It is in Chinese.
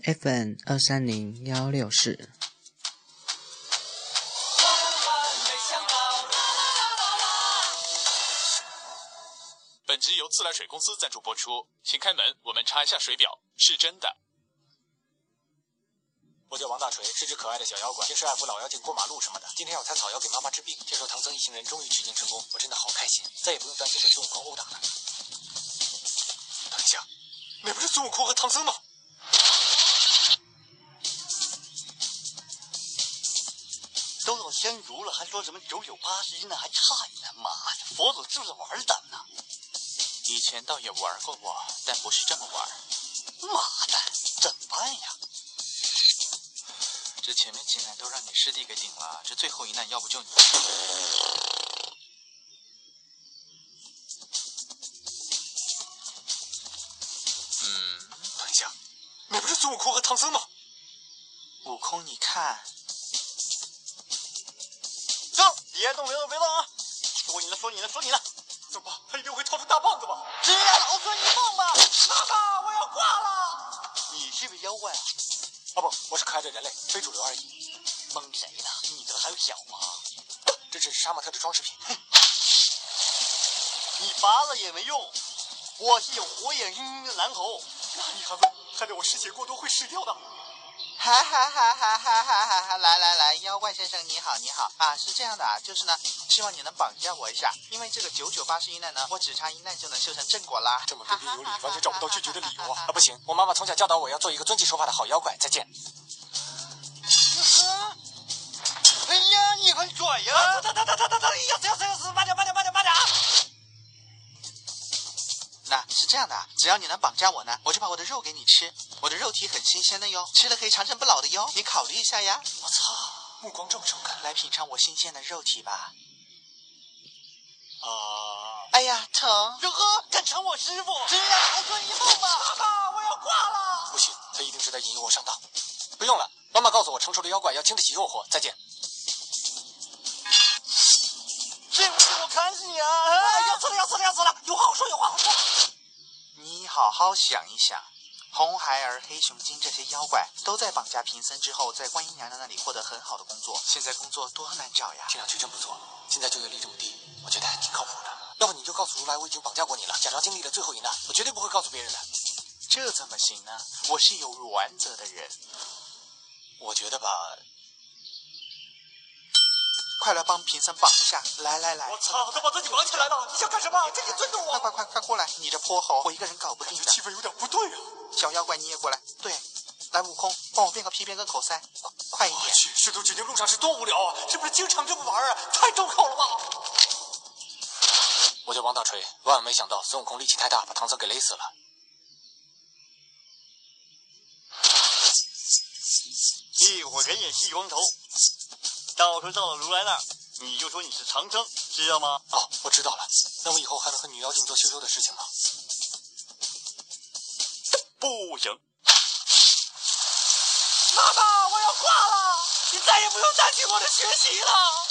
FN230164。 本集由自来水公司赞助播出。请开门，我们查一下水表，是真的。 我叫王大锤，是只可爱的小妖怪，平时爱扶老妖精过马路什么的。今天要采草药给妈妈治病，听说唐僧一行人终于取经成功，我真的好开心，再也不用担心被孙悟空殴打了。等一下，那不是孙悟空和唐僧吗？ 都要香烛了，还说什么9981呢？还差一呢！妈的，佛祖是不是玩咱呢？ 以前倒也玩过我，但不是这么玩。 妈的，怎么办呀？ 这前面几难都让你师弟给顶了，这最后一难要不就你。 等一下，那不是孙悟空和唐僧吗？ 悟空，你看。 走，别动，别动，别动啊！说你呢，说你呢，说你呢！ 怎么办？他一定会掏出大棒子吧？ 只要老孙一蹦吧！ 妈妈，我要挂了！ 你是不是妖怪啊？ 啊不，我是可爱的人类，非主流而已。 蒙谁呢？你这还有小吗？ 这只是杀马特的装饰品。 你拔了也没用，我是有火眼金睛的蓝猴。 那你还问？害得我失血过多会死掉的。 哈哈哈哈哈哈哈！来，妖怪先生你好啊，是这样的啊，就是呢，希望你能绑架我一下，因为这个9981难呢，我只差一难就能修成正果啦。 这么彬彬有礼，完全找不到拒绝的理由啊！不行，我妈妈从小教导我要做一个遵纪守法的好妖怪。再见。 哎呀，你很拽呀！ 等，要死！慢点！ 那是这样的啊，只要你能绑架我呢，我就把我的肉给你吃，我的肉体很新鲜的哟，吃了可以长生不老的哟，你考虑一下呀。 我操，目光这么诚恳， 来品尝我新鲜的肉体吧。 啊！ 哎呀，疼！ 这呵，敢抢我师傅，只要老孙一蹦吧！ 妈妈，我要挂了！不行，他一定是在引诱我上当。不用了，妈妈告诉我，成熟的妖怪要经得起诱惑。再见。 信不信我砍死你啊！ 要死了！有话好说。 你好好想一想，红孩儿、黑熊精这些妖怪都在绑架贫僧之后，在观音娘娘那里获得很好的工作，现在工作多难找呀！ 听上去真不错，现在就业率这么低，我觉得还挺靠谱的。要不你就告诉如来，我已经绑架过你了，假装经历了最后一难，我绝对不会告诉别人的。 这怎么行呢？我是有原则的人。 我觉得吧， 快来帮贫僧绑一下！来！ 我操，都把自己绑起来了！你想干什么？赶紧尊重我！ 快过来！你这泼猴，我一个人搞不定的。 气氛有点不对啊！ 小妖怪你也过来。对，来悟空，帮我变个屁变个口塞，快一点！ 我去，师徒取经路上是多无聊啊！是不是经常这么玩啊？太重口了吧！我叫王大锤，万万没想到孙悟空力气太大，把唐僧给勒死了。 一会儿人也剃光头，到时候到了如来那儿，你就说你是唐僧，知道吗？ 哦，我知道了。那我以后还能和女妖精做羞的事情吗？ 不行。 妈妈，我要挂了！你再也不用担心我的学习了。